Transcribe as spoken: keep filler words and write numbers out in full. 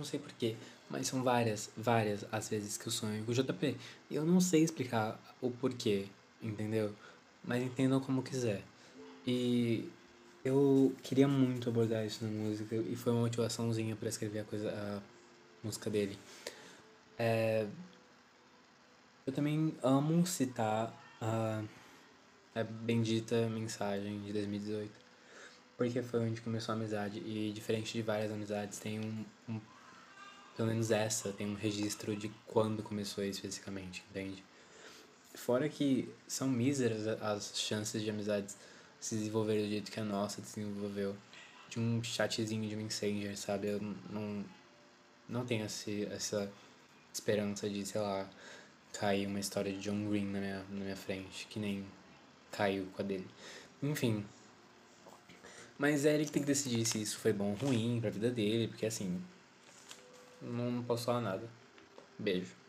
não sei porquê, mas são várias, várias as vezes que eu sonho com o J P. E eu não sei explicar o porquê, entendeu? Mas entendam como quiser. E eu queria muito abordar isso na música e foi uma motivaçãozinha pra escrever a coisa, a música dele. Eu também amo citar a, a bendita mensagem de dois mil e dezoito, porque foi onde começou a amizade e diferente de várias amizades, tem um, um pelo menos essa, tem um registro de quando começou especificamente, entende? Fora que são míseras as chances de amizades se desenvolverem do jeito que a nossa se desenvolveu. De um chatzinho de Messenger, sabe? Eu não, não tenho esse, essa esperança de, sei lá, cair uma história de John Green na minha, na minha frente, que nem caiu com a dele. Enfim. Mas é ele que tem que decidir se isso foi bom ou ruim pra vida dele, porque assim, não posso falar nada. Beijo.